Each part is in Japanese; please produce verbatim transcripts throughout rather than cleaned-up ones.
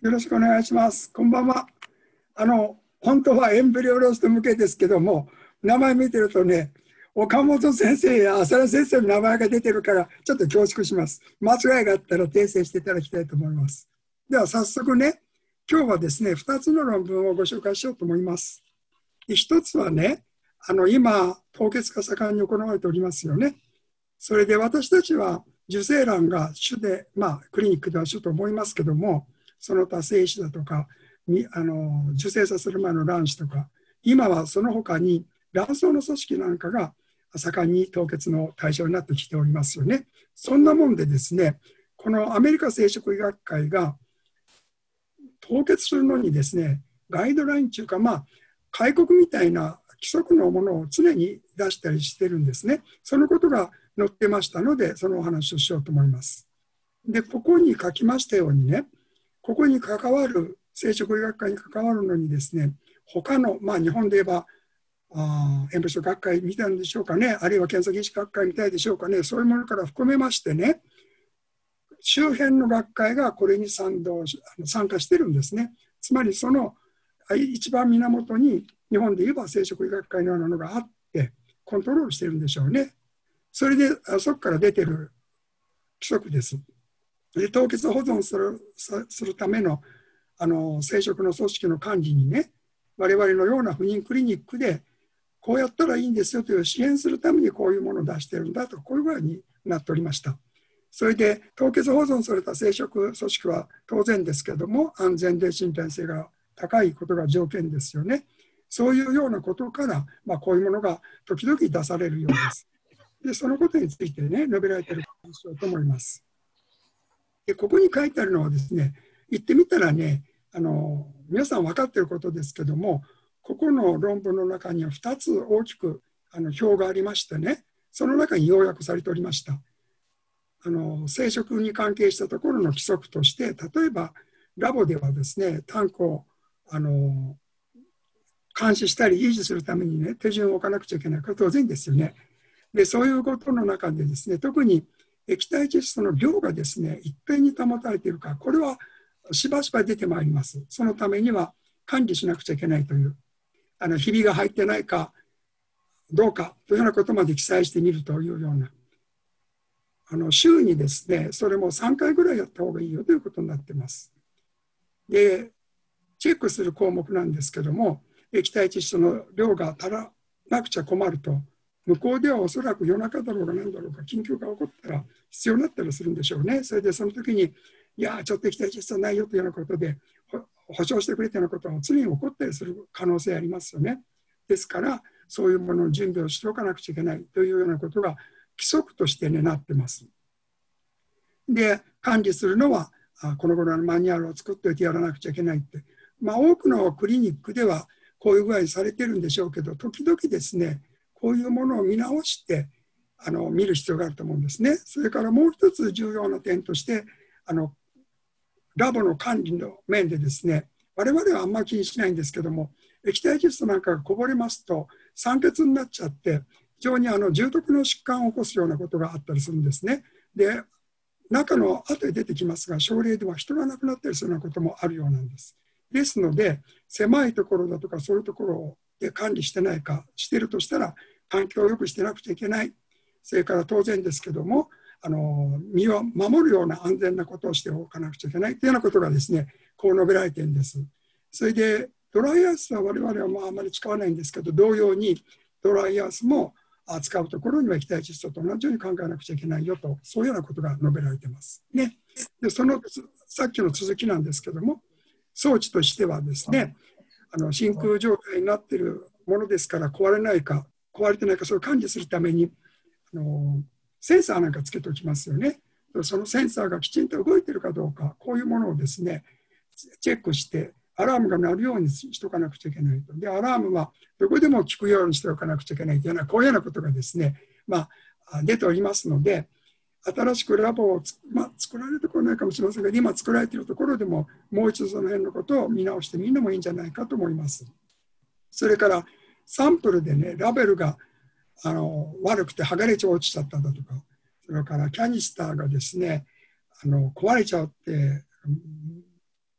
よろしくお願いします。こんばんは。あの、本当はエンブリオロスト向けですけども、名前見てるとね、岡本先生や浅田先生の名前が出てるから、ちょっと恐縮します。間違いがあったら訂正していただきたいと思います。では早速ね、今日はですね、ふたつの論文をご紹介しようと思います。でひとつはね、あの今、凍結が盛んに行われておりますよね。それで私たちは受精卵が主で、まあ、クリニックでは主と思いますけども、その他精子だとか、あの受精させる前の卵子とか、今はその他に卵巣の組織なんかが盛んに凍結の対象になってきておりますよね。そんなもんでですね、このアメリカ生殖医学会が凍結するのにですね、ガイドラインというか、まあ、戒告みたいな規則のものを常に出したりしてるんですね。そのことが載ってましたので、そのお話をしようと思います。で、ここに書きましたようにね、ここに関わる、生殖医学会に関わるのにですね、他の、まあ日本で言えば、あエンブリオ学会みたいなんでしょうかね、あるいは検査技師学会みたいでしょうかね、そういうものから含めましてね、周辺の学会がこれに賛同参加してるんですね。つまりその一番源に日本で言えば生殖医学会のようなのがあってコントロールしてるんでしょうね。それでそこから出てる規則です。で凍結保存するするためのあの生殖の組織の管理にね、我々のような不妊クリニックでこうやったらいいんですよという支援するためにこういうものを出してるんだと、こういう具合になっておりました。それで凍結保存された生殖組織は当然ですけども安全で信頼性が高いことが条件ですよね。そういうようなことから、まあ、こういうものが時々出されるようです。でそのことについてね述べられていることにしようと思います。でここに書いてあるのはですね、言ってみたらね、あの皆さん分かっていることですけども、ここの論文の中にはふたつ大きくあの表がありましてね、その中に要約されておりました。あの生殖に関係したところの規則として、例えばラボではですね、タンクをあの監視したり維持するためにね、手順を置かなくちゃいけない。これ当然ですよね。で、そういうことの中でですね、特に液体窒素の量がですね、一定に保たれているか、これはしばしば出てまいります。そのためには管理しなくちゃいけないという、あのひびが入ってないかどうかというようなことまで記載してみるというような、あの週にですね、それもさんかいぐらいやった方がいいよということになっています。で、チェックする項目なんですけども、液体窒素の量が足らなくちゃ困ると、向こうではおそらく夜中だろうが何だろうか緊急が起こったら必要になったりするんでしょうね。それでその時に、いやちょっと液体窒素ないよというようなことで保証してくれたようなことは常に起こったりする可能性ありますよね。ですからそういうものの準備をしておかなくちゃいけないというようなことが規則として、ね、なってます。で管理するのはこの頃のマニュアルを作っておいてやらなくちゃいけないって、まあ、多くのクリニックではこういう具合にされてるんでしょうけど、時々ですねこういうものを見直してあの見る必要があると思うんですね。それからもう一つ重要な点として、あのラボの管理の面でですね、我々はあんまり気にしないんですけども、液体窒素なんかがこぼれますと酸欠になっちゃって非常にあの重篤の疾患を起こすようなことがあったりするんですね。で中の後で出てきますが、症例では人が亡くなったりするようなこともあるようなんです。ですので狭いところだとかそういうところで管理してないか、しているとしたら環境を良くしてなくちゃいけない。それから当然ですけども、あの身を守るような安全なことをしておかなくちゃいけないというようなことがですね、こう述べられているんです。それでドライアイスは我々はまああまり使わないんですけど、同様にドライアイスも扱うところには液体窒素と同じように考えなくちゃいけないよと、そういうようなことが述べられていますね。でそのさっきの続きなんですけども、装置としてはですね、あの真空状態になっているものですから壊れないか壊れてないか、それを管理するためにあのセンサーなんかつけておきますよね。そのセンサーがきちんと動いているかどうか、こういうものをですねチェックしてアラームが鳴るようにしておかなくちゃいけないと。でアラームはどこでも聞くようにしておかなくちゃいけないというような、こういうようなことがですね、まあ、出ておりますので、新しくラボをつ、まあ、作られるところないかもしれませんが、今作られているところでももう一度その辺のことを見直してみるのもいいんじゃないかと思います。それからサンプルでね、ラベルがあの悪くて剥がれちゃ落ちちゃっただとか、それからキャニスターがですねあの壊れちゃうって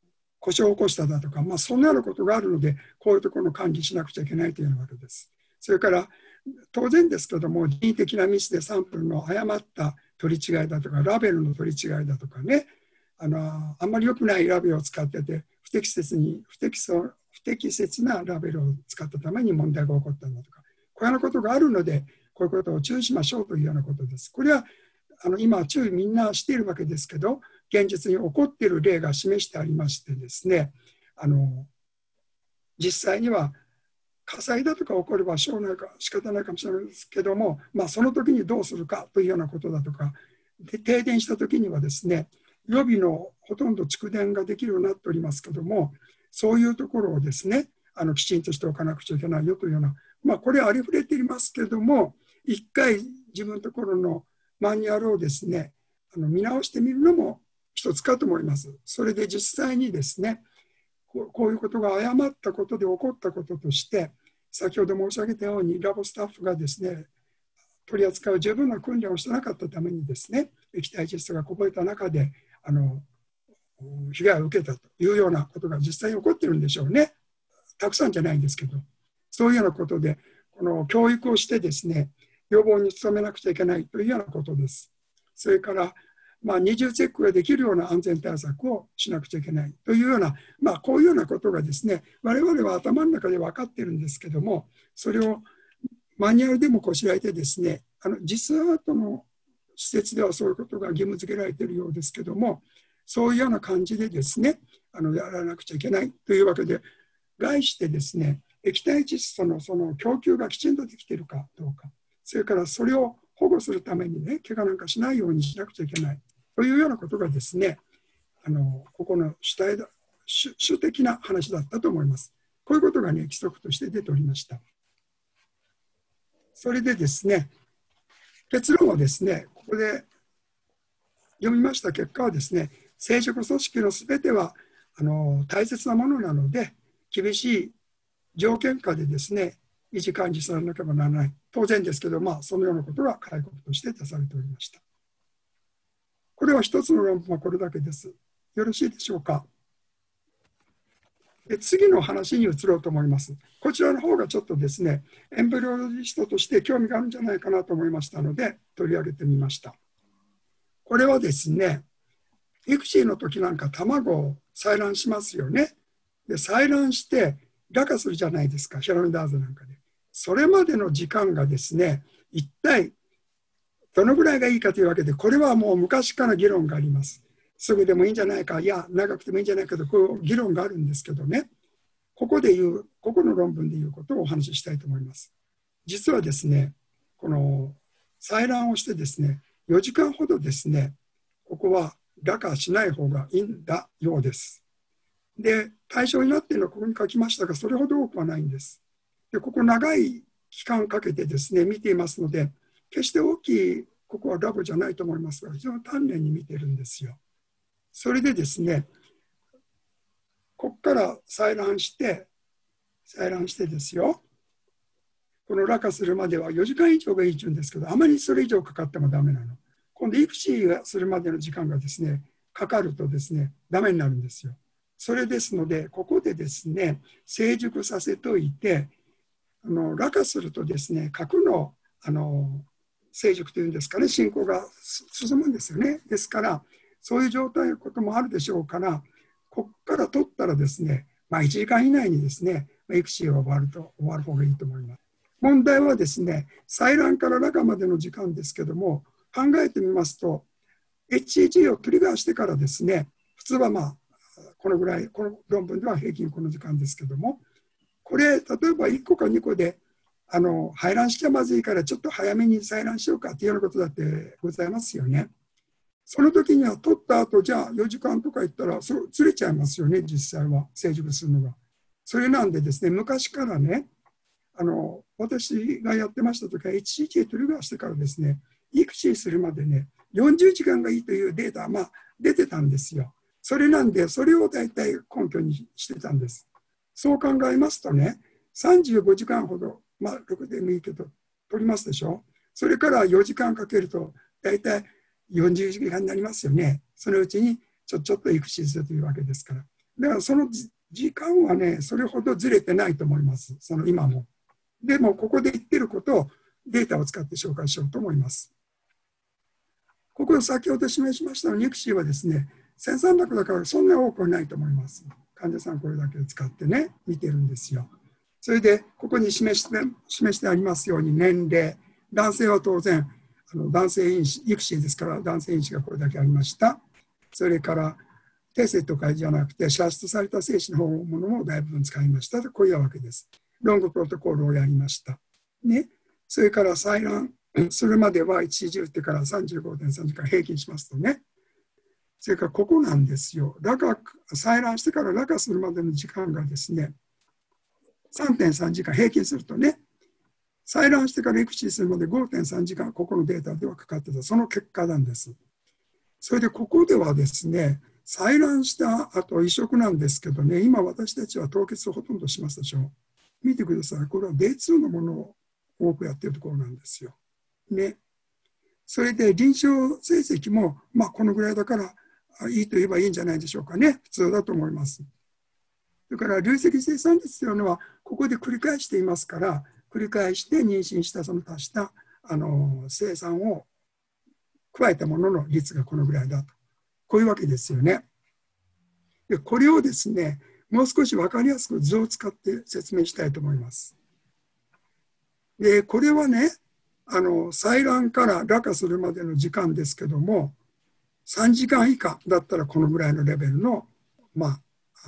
故障を起こしただとか、まあ、そんなようなことがあるので、こういうところの管理しなくちゃいけないというわけです。それから当然ですけども、人為的なミスでサンプルの誤った取り違いだとか、ラベルの取り違いだとかね、あのあんまり良くないラベルを使ってて、不適切に不適不適切なラベルを使ったために問題が起こったんだとか、こういうようなことがあるので、こういうことを注意しましょうというようなことです。これはあの今、注意みんなしているわけですけど、現実に起こっている例が示してありましてですね、あの実際には火災だとか起こればしょうがないか仕方ないかもしれないですけども、まあ、その時にどうするかというようなことだとか、で停電した時にはですね、予備のほとんど蓄電ができるようになっておりますけども、そういうところをですね、あのきちんとしておかなくちゃいけないよというような、まあ、これはありふれていますけれども、一回自分のところのマニュアルをですね、あの見直してみるのも一つかと思います。それで実際にですね、こういうことが誤ったことで起こったこととして、先ほど申し上げたようにラボスタッフがですね、取り扱う十分な訓練をしてなかったためにですね、液体窒素がこぼれた中であの被害を受けたというようなことが実際に起こっているんでしょうね。たくさんじゃないんですけど、そういうようなことでこの教育をしてですね、予防に努めなくちゃいけないというようなことです。それからまあ、二重チェックができるような安全対策をしなくちゃいけないというような、まあ、こういうようなことがですね、我々は頭の中で分かっているんですけども、それをマニュアルでもこしらえてですね、あの実アートの施設ではそういうことが義務付けられているようですけども、そういうような感じでですね、あのやらなくちゃいけないというわけで、概してですね、液体窒素のその供給がきちんとできているかどうか、それからそれを保護するためにね、怪我なんかしないようにしなくちゃいけない。というようなことがですね、あのここの主体だ主主的な話だったと思います。こういうことがね、規則として出ておりました。それでですね、結論はですね、ここで読みました結果はですね、生殖組織のすべてはあの大切なものなので、厳しい条件下でですね、維持管理されなければならない。当然ですけど、まあ、そのようなことが戒告として出されておりました。これは一つの論文はこれだけです。よろしいでしょうか。で次の話に移ろうと思います。こちらの方がちょっとですね、エンブリオロジストとして興味があるんじゃないかなと思いましたので、取り上げてみました。これはですね、育児の時なんか卵を採卵しますよね。で、採卵して孵化するじゃないですか、ヒャロニダーゼなんかで。それまでの時間がですね、一体どのぐらいがいいかというわけで、これはもう昔から議論があります。すぐでもいいんじゃないか、いや、長くてもいいんじゃないかと、こういう議論があるんですけどね、ここで言う、ここの論文で言うことをお話ししたいと思います。実はですね、この採卵をしてですね、よじかんほどですね、ここは孵化しない方がいいんだようです。で、対象になっているのはここに書きましたが、それほど多くはないんです。で、ここ長い期間かけてですね、見ていますので、決して大きい、ここはラボじゃないと思いますが、非常に丹念に見てるんですよ。それでですね、ここから採卵して、採卵してですよ、この孵化するまではよじかん以上がいいっていうんですけど、あまりそれ以上かかってもダメなの。今度、育児がするまでの時間がですね、かかるとですね、ダメになるんですよ。それですので、ここでですね、成熟させといて、あの孵化するとですね、核の、あの成熟というんですかね、進行が進むんですよね。ですから、そういう状態のこともあるでしょうから、ここから取ったらですね、まあ、いちじかん以内にですね、育児が終わると終わる方がいいと思います。問題はですね、採卵から孵化までの時間ですけども、考えてみますと、エイチシージー をトリガーしてからですね、普通はまあ、このぐらい、この論文では平均この時間ですけども、これ、例えばいっこかにこで、あの排卵しちゃまずいからちょっと早めに採卵しようかっていうようなことだってございますよね。その時には取った後じゃあよじかんとか言ったらそれずれちゃいますよね、実際は成熟するのが。それなんでですね、昔からね、あの私がやってました時は エイチシージー トリガーしてからですね、育児するまでね、よんじゅうじかんがいいというデータはまあ出てたんですよ。それなんで、それを大体根拠にしてたんです。そう考えますとね、さんじゅうごじかんほど、まあ、ろくでもいいけど、取りますでしょ。それからよじかんかけると、大体よんじゅうじかんになりますよね。そのうちにちょちょっと育児するというわけですから。 だからその時間はね、それほどずれてないと思います。その今も。でも、ここで言ってることをデータを使って紹介しようと思います。ここで先ほど示しましたニクシーはですね、せんさんびゃくだからそんな多くはないと思います。患者さんこれだけを使ってね、見てるんですよ。それで、ここに示して、示してありますように年齢。男性は当然、あの男性因子、ニクシーですから男性因子がこれだけありました。それから、定性とかじゃなくて、射出された精子の方ものも大部分使いましたと、こういうわけです。ロングプロトコールをやりました。ね。それから採卵するまではいちじ打ってから さんじゅうごてんさんじかん平均しますとね。それからここなんですよ。裸採卵してから裸するまでの時間がですね、さんてんさんじかん平均するとね、採卵してから育児するまで ごてんさんじかん、ここのデータではかかってた、その結果なんです。それでここではですね、採卵した後移植なんですけどね、今私たちは凍結をほとんどしますでしょ。見てください。これは ディーツー のものを多くやっているところなんですよ。ね。それで臨床成績も、まあこのぐらいだからいいと言えばいいんじゃないでしょうかね。普通だと思います。それから累積生産率というのはここで繰り返していますから、繰り返して妊娠したその足したあの生産を加えたものの率がこのぐらいだと。こういうわけですよね。でこれをですね、もう少し分かりやすく図を使って説明したいと思います。で、これはね、あの採卵から裸化するまでの時間ですけども、さんじかん以下だったらこのぐらいのレベルの、まあ、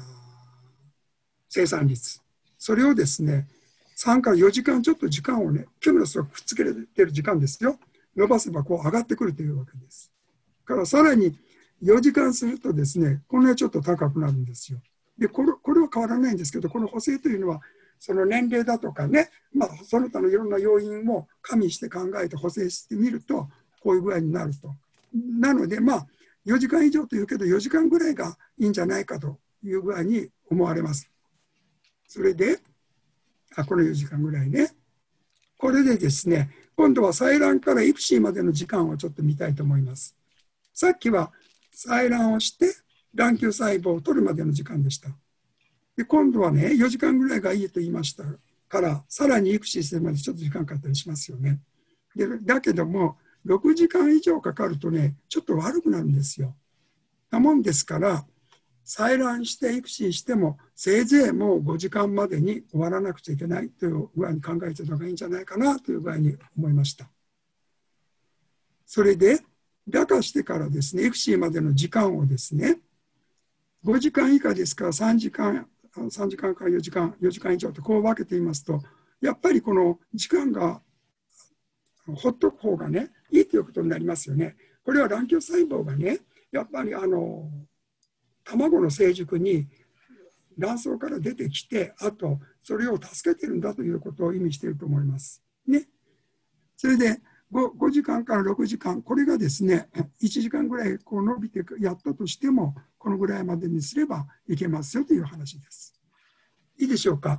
生産率。それをですね、さんからよじかんちょっと時間をね、キュムロスがくっつけてる時間ですよ。伸ばせばこう上がってくるというわけです。からさらによじかんするとですね、この辺ちょっと高くなるんですよ。で、これ、これは変わらないんですけど、この補正というのは、その年齢だとかね、まあ、その他のいろんな要因を加味して考えて補正してみると、こういう具合になると。なので、まあ、よじかん以上というけど、よじかんぐらいがいいんじゃないかという具合に思われます。それで、あ、このよじかんぐらいね。これでですね、今度は採卵から育児までの時間をちょっと見たいと思います。さっきは採卵をして卵球細胞を取るまでの時間でした。で今度はね、よじかんぐらいがいいと言いましたから、さらに育児するまでちょっと時間かかったりしますよね。でだけども、ろくじかん以上かかるとね、ちょっと悪くなるんですよ。なもんですから、採卵して育児しても、せいぜいもうごじかんまでに終わらなくちゃいけないという具合に考えておいた方がいいんじゃないかなという具合に思いました。それで、裸化してからですね、育児までの時間をですね、ごじかん以下ですからさんじかん、さんじかんからよじかん、よじかん以上とこう分けていますと、やっぱりこの時間がほっとく方がね、いいということになりますよね。これは卵球細胞がね、やっぱりあの、卵の成熟に卵巣から出てきて、あとそれを助けてるんだということを意味していると思います。ね。それで 5, 5時間からろくじかん、これがですね、いちじかんぐらいこう伸びてやったとしても、このぐらいまでにすればいけますよという話です。いいでしょうか。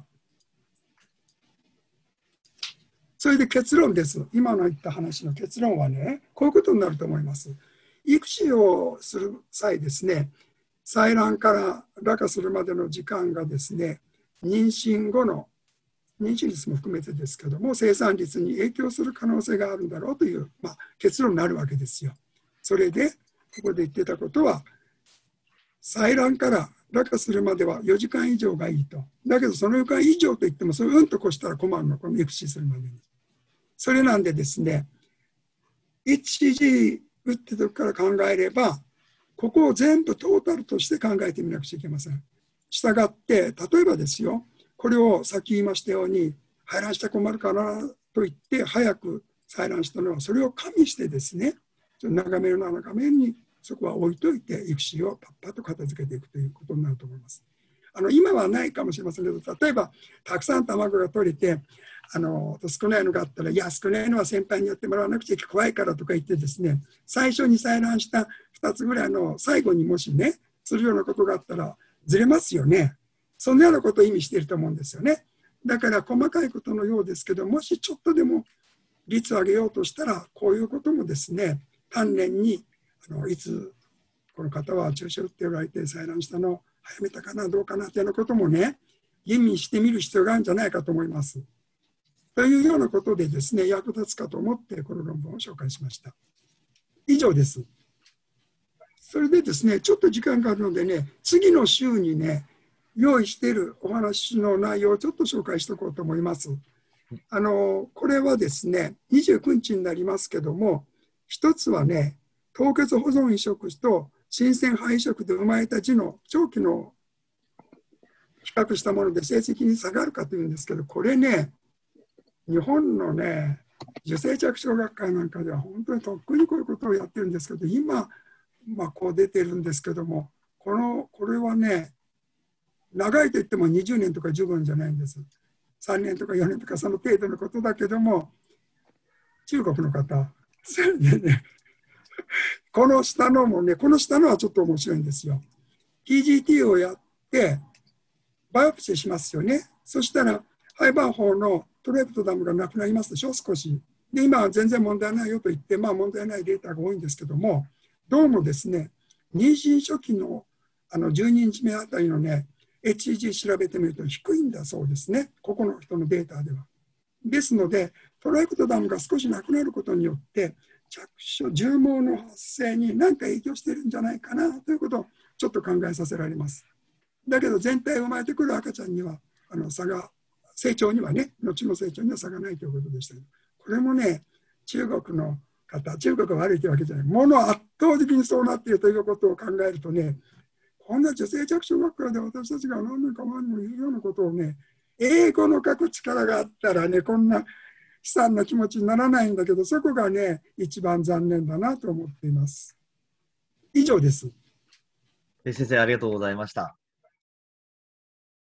それで結論です。今の言った話の結論はね、こういうことになると思います。育児をする際ですね、採卵から裸化するまでの時間がですね、妊娠後の妊娠率も含めてですけども、生産率に影響する可能性があるんだろうという、まあ、結論になるわけですよ。それで、ここで言ってたことは、採卵から裸化するまではよじかん以上がいいと。だけど、そのよじかん以上といっても、それうんと越したら困るの、この育児するまでに。それなんでですね、いちじ打ってとこから考えれば、ここを全部トータルとして考えてみなくちゃいけません。したがって、例えばですよ、これをさっき言いましたように、排卵して困るかなと言って、早く採卵したのは、それを加味してですね、長めの長めにそこは置いといて、育児をパッパッと片付けていくということになると思います。あの今はないかもしれませんけど、例えば、たくさん卵が取れて、あの少ないのがあったら、いや、少ないのは先輩にやってもらわなくちゃ怖いからとか言ってですね、最初に採卵したふたつぐらいの最後にもしね、するようなことがあったら、ずれますよね。そんなようなことを意味していると思うんですよね。だから細かいことのようですけど、もしちょっとでも率を上げようとしたら、こういうこともですね、丹念に、あのいつこの方は注射打っておられて採卵したの早めたかな、どうかなというようなこともね、吟味してみる必要があるんじゃないかと思います。というようなことでですね、役立つかと思ってこの論文を紹介しました。以上です。それでですね、ちょっと時間があるのでね、次の週にね、用意しているお話の内容をちょっと紹介しておこうと思います。あの、これはですね、にじゅうくにちになりますけども、一つはね、凍結保存移植と新鮮肺移植で生まれた児の長期の比較したもので成績に差があるかというんですけど、これね、日本のね、受精着床学会なんかでは本当にとっくにこういうことをやってるんですけど、今、まあ、こう出てるんですけども、この、これはね、長いといってもにじゅうねんとかじゅうごねんじゃないんです。さんねんとかよねんとかその程度のことだけども、中国の方、それでね、この下のもね、この下のはちょっと面白いんですよ。ピージーティー をやって、バイオプシーしますよね。そしたら、肺盤胞のトレプトダムがなくなりますでしょ、少し。で、今は全然問題ないよと言って、まあ問題ないデータが多いんですけども、どうもですね、妊娠初期のあのじゅうににちめあたりのね、エイチシージー 調べてみると低いんだそうですね、ここの人のデータでは。ですので、トライプトダムが少しなくなることによって、着床、重毛の発生に何か影響しているんじゃないかなということをちょっと考えさせられます。だけど、全体生まれてくる赤ちゃんには、あの差が、成長にはね、後の成長には差がないということでした。これもね、中国の方、中国が悪いというわけじゃない、もの圧倒的にそうなっているということを考えるとね、こんな女性着床学会で私たちが何年か前にも言うようなことをね、英語の書く力があったらね、こんな悲惨な気持ちにならないんだけど、そこがね、一番残念だなと思っています。以上です。 先生、ありがとうございました。